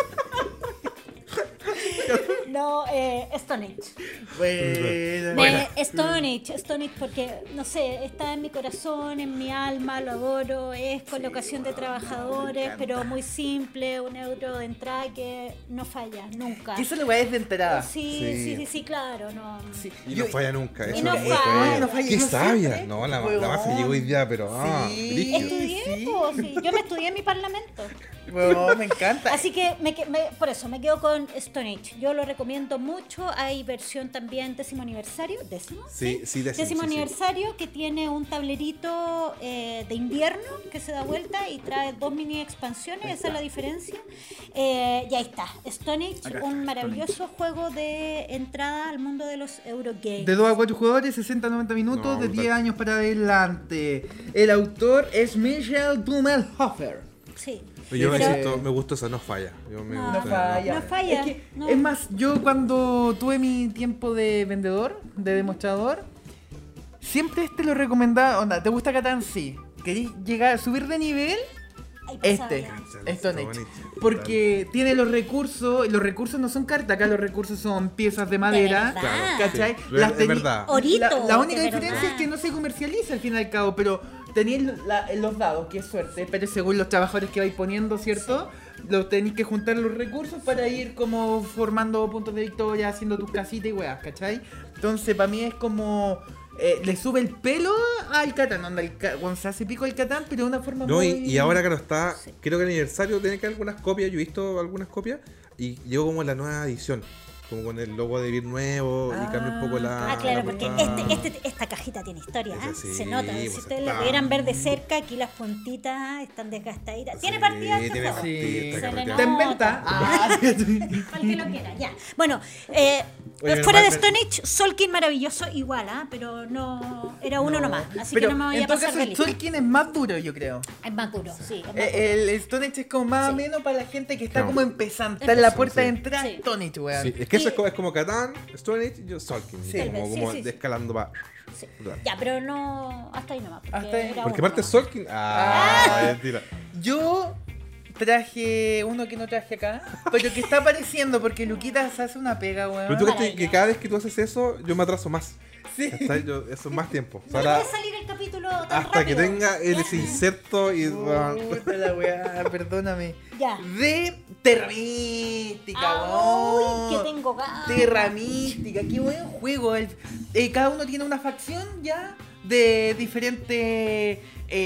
No, eh, Stone Age. Bueno, Me- Stone Age, Stone Age, porque, no sé, está en mi corazón, en mi alma, lo adoro, es colocación de trabajadores, pero muy simple, un euro de entrada que no falla, nunca. Eso lo weá es de entrada. Sí, Sí. sí, sí, sí, claro, no. Sí. Y Yo- no falla nunca. Y Eso no es muy falla. bueno. No falla, Qué no sabia. siempre. No, la, la Huevón. mafia llegó hoy día, pero... Ah, Sí. brígido. Estudié, Sí. po, sí, yo me estudié en mi parlamento. Bueno, me encanta. Así que me, que- me- por eso me quedo con Stone Age. Yo lo recomiendo mucho. Hay versión también décimo aniversario. ¿Décimo? Sí, sí, décimo, sí, sí. aniversario que tiene un tablerito eh, de invierno que se da vuelta y trae dos mini expansiones. Esa es la diferencia. Eh, y ahí está. Stone Age, Acá está, un maravilloso juego de entrada al mundo de los Eurogames. De dos a cuatro jugadores, sesenta a noventa minutos, No, de brutal. diez años para adelante. El autor es Michel Blumenhofer. Sí. Pero yo Pero- insisto, me gustó eso, no falla. Yo me No, No gusta, falla. No falla, Es, que- no. es más, yo cuando tuve mi tiempo de vendedor, de demostrador, siempre este lo recomendaba. Onda, ¿te gusta Catán? Sí. ¿Querés llegar, subir de nivel? Ahí pasaba Este, ya. Está Stone Age. buenísimo. Porque tiene los recursos, y los recursos no son cartas, acá los recursos son piezas de madera. verdad. Claro, ¿Cachai? sí. Las Es tení- verdad. Orito, La, la única de diferencia verdad. es que no se comercializa al fin y al cabo, pero tenéis la- los dados, que es suerte, pero según los trabajadores que vais poniendo, ¿cierto? Los tenéis que juntar los recursos para ir como formando puntos de victoria, haciendo tus casitas y weas, ¿cachai? Entonces, para mí es como... eh, le sube el pelo al Catán, onda, el ca- cuando se hace pico el Catán, pero de una forma No, muy... y, y ahora que no está, creo que el aniversario tiene que haber algunas copias, yo he visto algunas copias y llegó como la nueva edición. como con el logo de Vir nuevo y cambia un poco la. Ah, claro, la porque portada. este, este, esta cajita tiene historia, ¿eh? Ese sí, Se nota. pues, Si ustedes está. la pudieran ver de cerca, aquí las puntitas están desgastaditas. ¿Tiene Sí, partida este tiene juego? partida, Sí. está Se le carreteado. ¿Te nota. inventa? Ah, Para el que lo quiera, ya. Bueno, eh, Oye, menos fuera mal de que- Stone Age, Solkin maravilloso igual, ¿ah? Pero no... Era uno nomás, así pero que no me voy en a todo pasar caso, de el lista. Tolkien es más duro, yo creo. Es más duro, sí. Es más Eh, duro. El Stone Age es como más o Sí. menos para la gente que está Claro. como empezando. Está en la puerta Sí. de entrada Sí. Stone Age, weón. Sí, es que eso Y- es como, es como Catán, Stone Age y yo Solkin. Sí. Como, Sí, como sí, sí. escalando para. Sí. Ya, pero no... Hasta ahí nomás. Porque, Hasta ahí. era Porque uno aparte nomás. Solkin. Ah, mentira. Yo traje uno que no traje acá, pero que está apareciendo porque Luquitas hace una pega, weón. Pero tú crees que Maravilla. cada vez que tú haces eso, yo me atraso más. Sí. ¿Cachai? Yo- eso es más tiempo. O sea, No te ahora, puede salir el capítulo tan hasta que rápido. tenga el Ya. ese inserto y. Puta la weá, perdóname. Ya. De Terra Mística, Ah, weón. uy, que tengo ganas. Terra Mística, qué buen juego. El- eh, cada uno tiene una facción ya de diferentes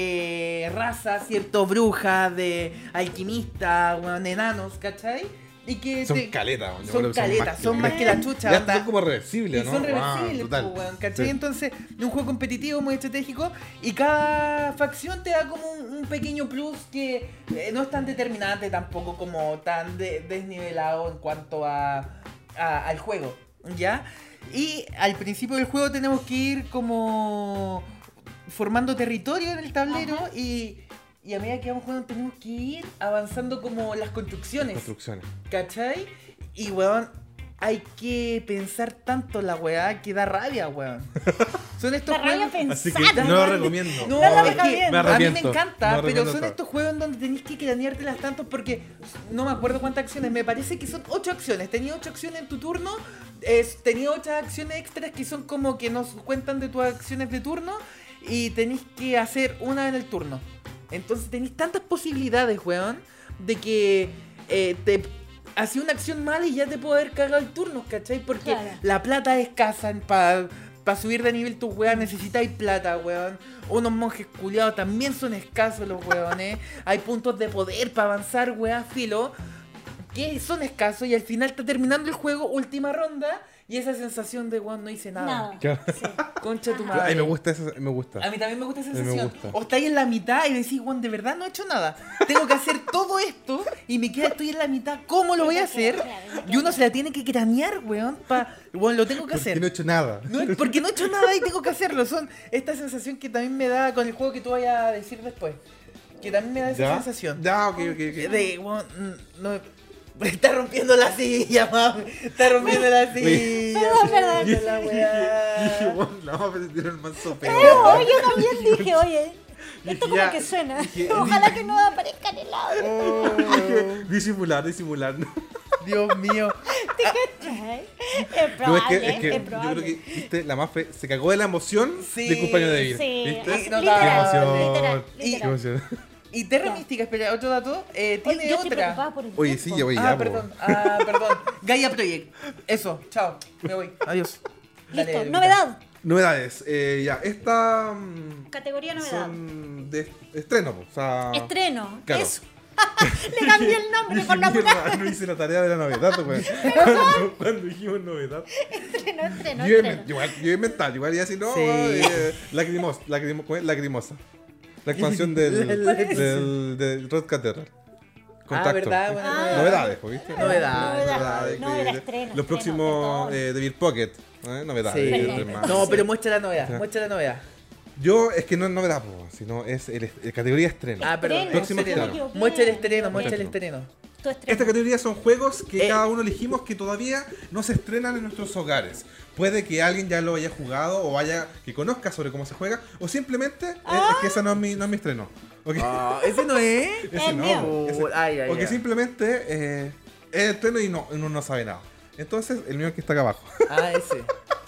eh, razas, cierto, brujas, de alquimistas, weón, enanos, ¿cachai? Y que Son te- caletas, weón. Yo son creo que caletas, son más que la chucha, Ya onda. son como reversibles, Y ¿no? son Wow, reversibles, total. po, weón, ¿cachai? Sí. Entonces, es un juego competitivo, muy estratégico, y cada facción te da como un, un pequeño plus que eh, no es tan determinante tampoco como tan de- desnivelado en cuanto a, a- al juego, ¿ya? Y al principio del juego tenemos que ir como formando territorio en el tablero Ajá. y... Y a medida que vamos jugando tenemos que ir avanzando como las construcciones. Construcciones. ¿Cachai? Y weón, hay que pensar tanto la weá que da rabia, weón. Son estos Da rabia juegos. Así pensar. que no lo recomiendo. No, No lo es que recomiendo. Me a mí arrepiento. me encanta, No pero recomiendo son todo. estos juegos en donde tenéis que craneártelas tanto porque no me acuerdo cuántas acciones, me parece que son ocho acciones. Tenía ocho acciones en tu turno, es, tenía ocho acciones extras que son como que nos cuentan de tus acciones de turno y tenéis que hacer una en el turno. Entonces tenéis tantas posibilidades, weón, de que eh, te hacía una acción mala y ya te puedo haber cagado el turno, ¿cachai? Porque Claro. la plata es escasa para pa subir de nivel tus weas, necesitáis plata, weón. Unos monjes culiados también son escasos los weones. Hay puntos de poder para avanzar, weá, filo, que son escasos y al final está terminando el juego, última ronda, y esa sensación de, weón, no hice nada. Nada. Claro. Sí. Concha tu Ajá. madre. Ay, me gusta eso, me gusta. A mí también me gusta esa A mí me sensación. gusta. O estáis en la mitad y decís, Juan, de verdad no he hecho nada. Tengo que hacer todo esto y me queda, estoy en la mitad. ¿Cómo lo voy a hacer? Y uno se la tiene que cranear, weón. Pa, weón, lo tengo que Porque hacer. no he hecho nada. No, es- porque no he hecho nada y tengo que hacerlo. Son esta sensación que también me da con el juego que tú vayas a decir después. Que también me da esa ¿Ya? sensación. Ya, ok, ok, ok. De, weón, mm, no. Está rompiendo la silla, mami. Está rompiendo la silla. Perdón, perdón. puta la weá. Dije, bueno, la vamos a presentar el manso peo. Oh, yo también dije, oye, esto como Ya, que suena. dije- Ojalá que no aparezca en el audio. Oh, Disimular, disimular. ¿no? Dios mío. ¿Te cachai? Es No, es probable, que, es que es yo probable. creo que, viste, la Mafe se cagó de la emoción Sí, de cumpleaños de Vir. Sí, ¿Viste? así, no, literal, Qué emoción. literal, Y- Qué literal. emoción. Y Terra Ya. Mística, espera, otro dato. Eh, Oye, tiene yo estoy otra. preocupada por el Oye, tiempo. sí, ya voy, Ah, ya, po. perdón. Ah, perdón. Gaia Project. Eso, chao. Me voy. Adiós. Dale, Listo, Lupita. novedad. Novedades. Eh, ya, esta. mm, Categoría novedad. Son de estreno, po, o sea. Estreno. Claro. Eso. Le cambié el nombre por la Dije, pura. "Mierda, no hice la tarea de la novedad, weón. Cuando, cuando dijimos novedad. Estreno, estreno, Yo iba a estreno. inven- igual, yo iba a inventar, igual iba a decir, no, Sí. eh, lacrimosa, lacrimo- ¿cómo es? Lacrimosa. La expansión del, del, del Red Cathedral. Ah, verdad, buena Ah. novedad. Novedades, ¿pues, ¿viste? Novedades. Novedades, No, que- era estreno, Los estreno, próximos perdón. eh, de Beer Pocket. ¿eh? Novedades. Sí. de Perdón. más. No, pero muestra la novedad. Ya. Muestra la novedad. Yo, es que no es novedad, po, sino es el, el categoría estreno. Ah, perdón. Estreno, Próximo estreno. estreno. Muestra el estreno, muestra el Estreno. estreno. Tu estreno. Esta categoría son juegos que Eh. cada uno elegimos que todavía no se estrenan en nuestros hogares. Puede que alguien ya lo haya jugado o haya que conozca sobre cómo se juega, o simplemente eh, es que ese no es mi, no es mi estreno. ¿Ok? Ah, ese no es. Ese el no, mío. ese- Ay, ay, o que ay. simplemente eh, es el estreno y no, uno no sabe nada. Entonces, el mío es que está acá abajo. Ah, ese.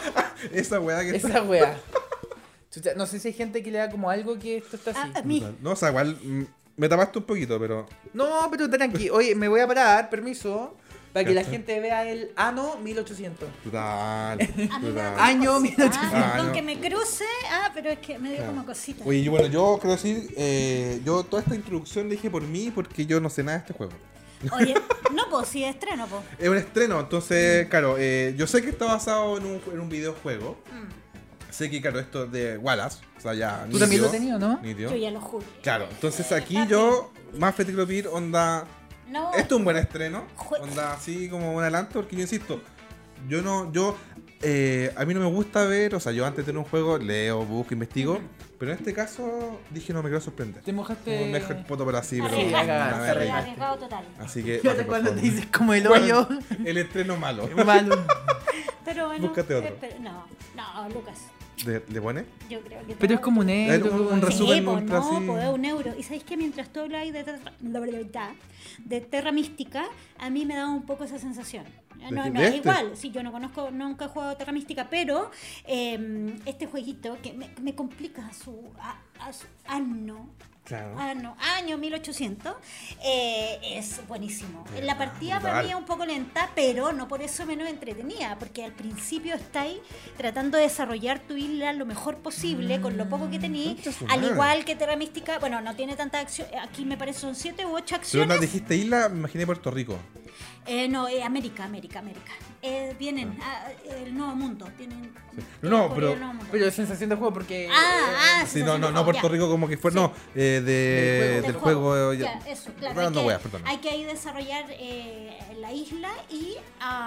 Esa weá que está. Esa wea. Chucha, no sé si hay gente que le da como algo que esto está así. Ah, a mí. No, o sea, igual mm, me tapaste un poquito, pero. No, pero tranqui. Oye, me voy a parar, permiso, para que Ya la está. gente vea el ano mil ochocientos. Total. A mí me total. da Año cosita. mil ochocientos. Ah, Ah, con no. que me cruce. Ah, pero es que me dio Claro. como cosita. Oye, y bueno, yo quiero decir, eh, yo toda esta introducción la dije por mí porque yo no sé nada de este juego. Oye, no, pues si es estreno, pues. Es un estreno, entonces, claro, eh, yo sé que está basado en un, en un videojuego. Sé que, claro, esto es de Wallace, o sea, ya. Tú también nítido, lo tenías, ¿no? nítido. Yo ya lo jugué. Claro, entonces Eh, aquí papi. yo, más Feticlopir, onda. No. Esto es un buen estreno, Jue- onda así como un adelanto, porque yo insisto, yo no, yo, eh, a mí no me gusta ver, o sea, yo antes de tener un juego leo, busco, investigo, pero en este caso dije no me quiero sorprender. Te mojaste. No me dejo el poto por así, pero Arriesgaste, ya, no me ya, sí, arriesgo. arriesgado total. Así que. Fíjate por cuando favor. te dices como el Bueno, hoyo. el estreno malo. Malo. Pero bueno. Búscate otro. eh, pero- no, no, Lucas. ¿Le, le pone? Yo creo que Pero es todo- como un Eh, euro. un- un weón. resumen. Sí, pues ultra no, así. pues es un euro. Y sabéis que mientras tú habláis de Terra, la verdad, de Terra Mística, a mí me da un poco esa sensación. No, ¿De- no, de es este? igual, sí, yo no conozco, nunca he jugado Terra Mística, pero eh, este jueguito que me, me complica su, a, a su ano, Claro. ano, año mil ochocientos, eh, es buenísimo. La partida para brutal. mí es un poco lenta, pero no por eso menos entretenida, porque al principio estáis tratando de desarrollar tu isla lo mejor posible, con lo poco que tenéis, Concha su al madre. igual que Terra Mística, bueno, no tiene tanta acción, aquí me parece son siete u ocho Pero acciones. no dijiste isla, me imaginé Puerto Rico. Eh, no, eh, América, América, América. Eh, vienen a, el nuevo mundo, tienen... No, no, descubrir pero- el nuevo mundo. Pero sensación de juego porque. Ah, ah, Sí, no, no, no Puerto ya. Rico como que fue, Sí. no, eh, de, Del del, Del juego. eh, Ya, eso, claro. Dando hay, que, weas, perdón. hay que ahí desarrollar eh, la isla y,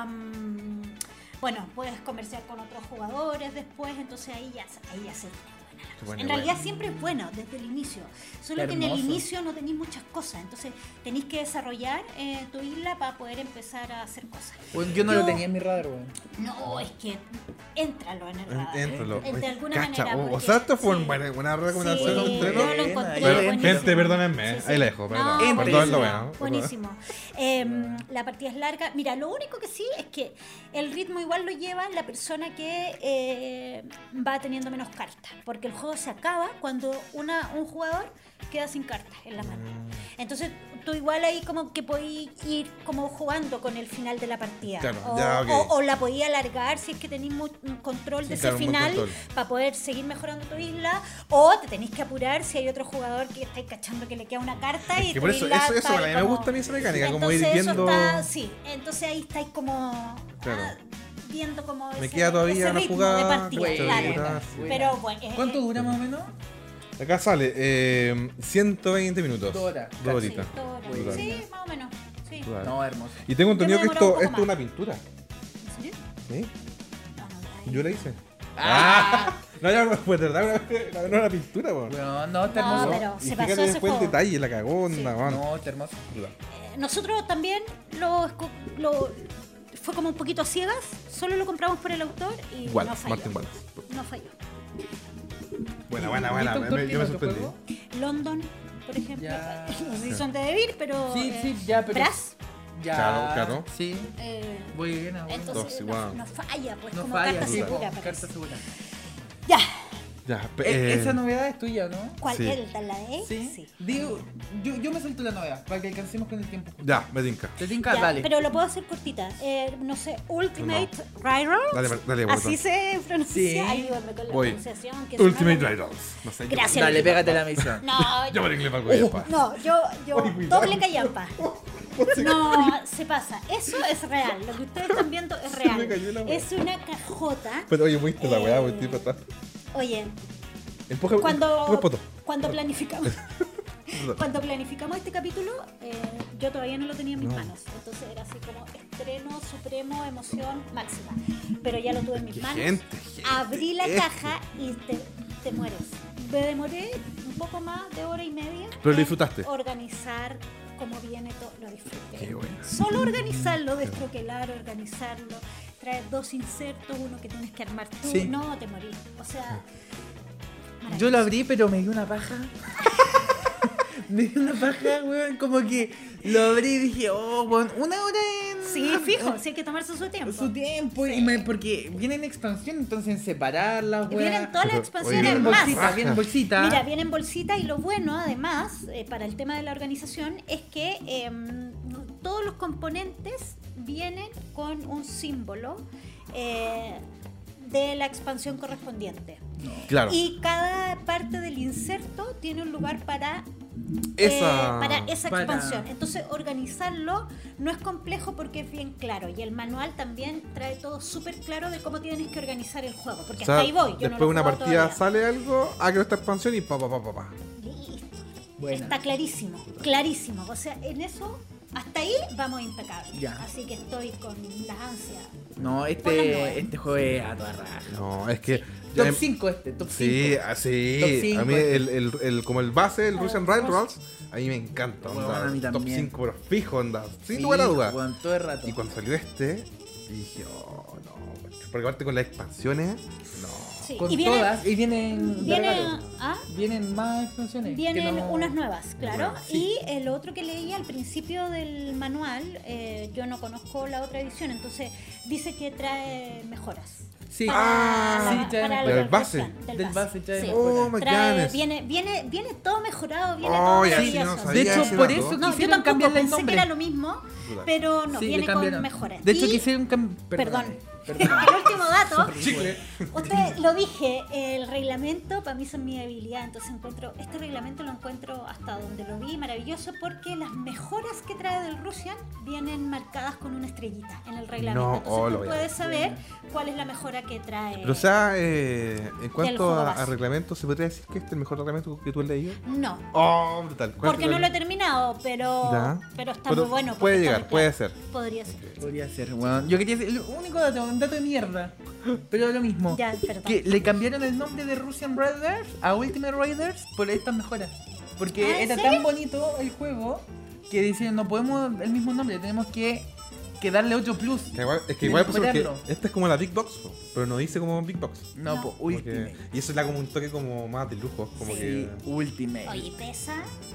am, bueno, puedes comerciar con otros jugadores después, entonces ahí ya, ahí ya se pone buena la cosa. pone En realidad buena. siempre es bueno desde el inicio, solo Qué que en el hermoso. inicio no tenéis muchas cosas, entonces tenéis que desarrollar eh, tu isla para poder empezar a hacer cosas. Weón, yo no Yo- lo tenía en mi radar, weón. No, es que éntralo en el radar. Éntralo. De alguna Cacha, manera. o- o porque- sea, esto fue sí. una buena, buena recomendación Sí, de estreno. yo lo Buena, encontré Pero, buenísimo. gente, perdónenme, Sí, sí. ahí la dejo, perdón. No, Perdón, buenísimo, lo bueno. buenísimo. Eh, la partida es larga. Mira, lo único que sí es que el ritmo igual lo lleva la persona que eh, va teniendo menos cartas, porque el juego se acaba cuando una, un jugador queda sin cartas en la mano. Mm. Entonces tú igual ahí como que podéis ir como jugando con el final de la partida. Claro, o, ya, ok. o- o la podéis alargar si es que tenéis mu- un control Sí, de claro, ese un buen final control. para poder seguir mejorando tu isla, o te tenéis que apurar si hay otro jugador que estáis cachando que le queda una carta y que por tu eso- isla eso- eso, está ahí bueno, a mí me como- gusta a mí esa mecánica, como ir Entonces, eso viendo- está- sí, entonces ahí estáis como Claro. ah, viendo como Me ese, queda todavía ese una ritmo jugada, de partida, pucha, claro. buena, sí. Pero bueno, eh, ¿Cuánto eh, dura más o menos? Acá sale eh, ciento veinte minutos. Dos horas. Dos sí, horitas. todo era- Brutal. sí, más o menos. Sí. Brutal. No, hermoso. Y tengo entendido Yo que me esto, demoraba un esto poco es una más. pintura. ¿En serio? ¿Sí? No, no, Yo la hice. Ah, No, ya, pues de verdad, una- no era pintura, po. weón, no, está No, hermoso. pero Y se fíjate pasó ese después el juego. detalle, la cagó, onda, Sí. man. No, está hermoso. Brutal. Eh, Nosotros también lo, esco- lo- fue como un poquito a ciegas, solo lo compramos por el autor y Wallace, no falló. Martin Wallace. No falló. Buena, buena, buena. ¿Viste, me- autor, me- tiene yo me otro sorprendí. juego? London, por ejemplo. Ya. No sé si son de Devir, pero. Sí, eh, sí, ya, pero. Brass. Ya. Claro, claro. Sí, eh, voy bien, ah, bueno. entonces Dos, no, igual. no falla, pues No como falla, carta sí, segura. po, parece. carta segura. Ya. Ya, pe- E- eh, Esa novedad es tuya, ¿no? ¿Cuál Sí. es la de? Sí. Digo, yo, yo me salto la novedad para que alcancemos con el tiempo. ya, me tinca. ¿Te tinca? Ya, Dale. pero lo puedo hacer cortita. Eh, no sé, Ultimate Rivals. Dale, dale, Así botón. se pronuncia. Sí. Ayúdame con la Voy. pronunciación. Que si Ultimate no, no- Rivals. No sé, yo- Gracias. Dale, pégate la misión. No, Yo me inglés para el pa. no, yo, yo, Oye, cuidado. doble callampa. No, se pasa. Eso es real. Lo que ustedes están viendo es Se me real. cayó la weá. Es una cajota. Pero oye, muiste la Eh, weá, voy para atrás. Oye, Empuja, empuja el cuando, poto. cuando planificamos. Perdón. Cuando planificamos este capítulo, eh, yo todavía no lo tenía en mis No. manos. Entonces era así como estreno supremo, emoción máxima. Pero ya lo tuve en mis Qué manos. gente, gente, Abrí la gente. caja y te, te mueres. Me demoré un poco más de hora y media. Pero lo en disfrutaste. Organizar cómo viene todo. Lo disfruté. Qué bueno. Solo organizarlo, destroquelar, organizarlo. Traer dos insertos, uno que tienes que armar tú. Sí. No, te morí. O sea. Yo lo abrí, pero me dio una paja. Me dio una paja, weón. Como que lo abrí y dije, oh, weón, una hora en. Sí, fijo, sí hay que tomarse su tiempo. Su tiempo. Sí. Y me- porque viene en expansión, entonces en separarlas, weón. Vienen todas las Pero, expansiones oye, Viene en más. bolsita, viene en bolsita. Mira, viene en bolsita y lo bueno, además, eh, para el tema de la organización, es que eh, todos los componentes vienen con un símbolo eh, de la expansión correspondiente. Claro. Y cada parte del inserto tiene un lugar para Esa. eh, para esa Para- expansión. Entonces, organizarlo no es complejo porque es bien claro. Y el manual también trae todo súper claro de cómo tienes que organizar el juego. Porque O sea, hasta ahí voy. Yo después no de lo una he jugado partida todavía. sale algo, ah, que esta expansión y pa pa pa pa pa. Listo. Buena. Está clarísimo, clarísimo. O sea, en eso, hasta ahí vamos impecables. Ya. Así que estoy con las ansias. No, Por las este, nubes. este juego es a toda raja. No, es que. Top ya- cinco este, top Sí, cinco. ah, sí. Top cinco, a mí este. el, el, el- como el base, el Ah, Russian Rus- Railroads, a mí me encanta. Bueno, Onda, a mí top también. cinco, pero fijo, onda. Sin Sí, lugar a duda. weón, todo el rato. Y cuando salió este, dije, oh, no. Porque aparte con las expansiones, no. Sí. Con y vienen, todas, y vienen de viene, regalo. ¿ah? Vienen más expansiones. Vienen que no- unas nuevas, claro. Nuevas, sí. Y el otro que leí al principio del manual, eh, yo no conozco la otra edición, entonces dice que trae mejoras. Sí. Para Ah, la- sí, trae para mejoras. la Del base. versión, Del, Del base. base trae sí. mejoras. Oh, my Trae- goodness. viene, viene, viene todo mejorado, viene Oh, todo ya, sí, maravilloso. no De sabía hecho, ese por dato. eso No, yo quisieron tampoco cambiarle el pensé nombre. que era lo mismo, pero no, Sí, viene le con cambiaron. mejoras. De hecho, Y- quisieron cambiar. Perdón. Perdón. El último dato, Chicle. usted lo dije, el reglamento para mí son mi debilidad, entonces encuentro, este reglamento lo encuentro hasta donde lo vi maravilloso porque las mejoras que trae del Russian vienen marcadas con una estrellita en el reglamento, No, entonces oh, lo tú voy a puedes saber cuál es la mejora que trae. Pero o sea, eh, en cuanto juego a, base. a reglamento, ¿se podría decir que este es el mejor reglamento que tú has leído? No, Oh, brutal. ¿Cuál porque es no el- lo he terminado, pero, Ya. pero está Pero muy bueno. porque puede está llegar, muy puede claro. ser. Podría ser. Podría ser, weón. Yo quería decir, el único dato, un dato de mierda. Pero lo mismo. Ya, perdón. Que le cambiaron el nombre de Russian Raiders a Ultimate Raiders por estas mejoras. Porque ¿Ah, en era serio? tan bonito el juego que decían, no podemos el mismo nombre, tenemos que, que darle otro plus. Que igual- es que Quieren igual pasó porque mejorarlo. esta es como la Big Box, po, pero no dice como Big Box. No, No. pues Como Ultimate. que- y eso le da como un toque como más de lujo. Como Sí. que. Ultimate. Oye, pesa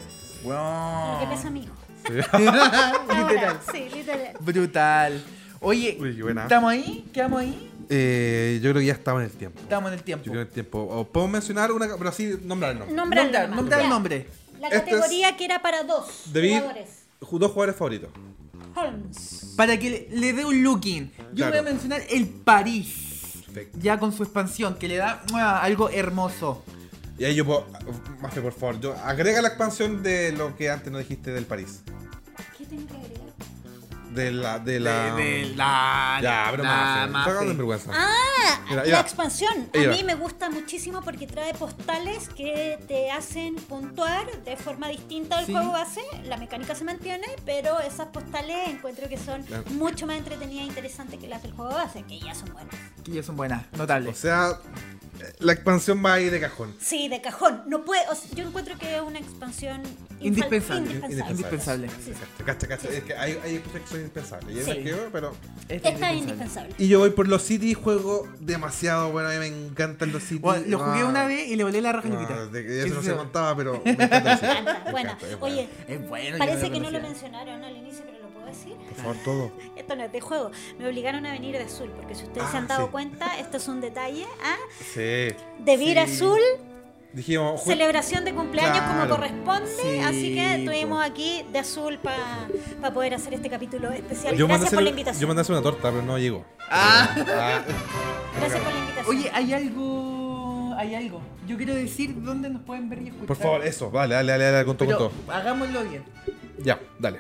Weón. lo que pesa mi hijo. Sí. Literal. Ahora, sí, literal. Brutal. Oye, Uy, qué buena. ¿estamos ahí? ¿Quedamos ahí? Eh, yo creo que ya estaba en el tiempo. Estamos en el tiempo. Yo creo en el tiempo. O podemos mencionar una, pero así nombrar, ¿no? Nombrarlo Nombrar, nomás. nombrar el Ya. nombre. La Este categoría que era para dos David, jugadores. ju- dos jugadores favoritos. Holmes. Para que le, le dé un looking. Yo Claro. voy a mencionar el París. Perfecto. Ya con su expansión, que le da ¡mua! Algo hermoso. Y ahí yo puedo. Mafe, por favor, yo, agrega la expansión de lo que antes no dijiste del París. ¿Qué tengo que agregar? De la. De la. la. Ya, pero la Mafe. Mafe. Sácame de vergüenza. Ah, Mira, la ya. expansión. A Mira. mí me gusta muchísimo porque trae postales que te hacen puntuar de forma distinta al Sí. juego base. La mecánica se mantiene, pero esas postales encuentro que son Claro. mucho más entretenidas e interesantes que las del juego base, que ya son buenas. Que ya son buenas, O notables. sea, la expansión va ahí de cajón. Sí, de cajón. No puede, o sea, yo encuentro que es una expansión infal- Indispensable. indispensable. Indispensable. Sí, sí. Cacha, cacha. Es que hay, hay cosas que son indispensables. Y Sí. esas que yo, pero. Esta Esta es indispensable. Y yo voy por los City, juego demasiado bueno. A mí me encantan los City. Bueno, lo jugué Ah, una vez y le volé la raja ah, Luquita. de que eso no Eso- se contaba, pero me encanta los City. Me encanta. Me Buena. encanta, es Oye, Es bueno. yo parece que no lo conocía. mencionaron al inicio, pero lo puedo decir. Por favor, todo. Esto no es de juego. Me obligaron a venir de azul, porque si ustedes se Ah, han dado sí. cuenta, esto es un detalle. ¿Ah? Sí. De vir Sí. azul, Dijimos. ju- celebración de cumpleaños como Claro. corresponde. Sí, Así que po. estuvimos aquí de azul para poder hacer este capítulo especial. Yo mandé, Gracias hacer- por la yo invitación. mandé a hacer una torta, pero no llegó. Ah. Ah, Gracias por la invitación. Oye, hay algo. Hay algo. Yo quiero decir dónde nos pueden ver y escuchar. por favor, eso. Vale, dale, dale, dale, con todo, Pero con todo. hagámoslo bien. Ya, dale.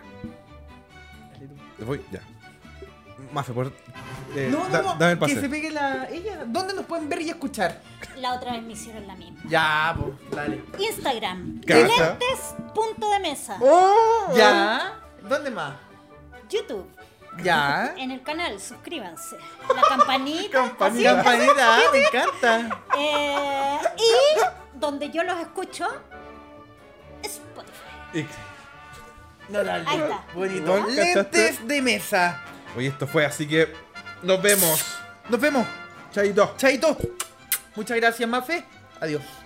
Te voy, ya. Mafe, por. eh, No, no, da- no. Dame el Que pase. se pegue la. Ella. ¿Dónde nos pueden ver y escuchar? La otra vez me hicieron la misma. Ya, pues, dale. Instagram, Cacha. lentes punto de mesa. ¡Oh! Ya. ¿Dónde más? YouTube, Ya. en el canal, suscríbanse. La campanita. Campanita. así, Campanita, me encanta. Eh, y donde yo los escucho, Spotify. Y- No, dale. Ahí está. Bonito. Igual, ¿cachaste? Lentes de mesa. Oye, esto fue, así que. Nos vemos. Nos vemos. Chaito. Chaito. Muchas gracias, Mafe. Adiós.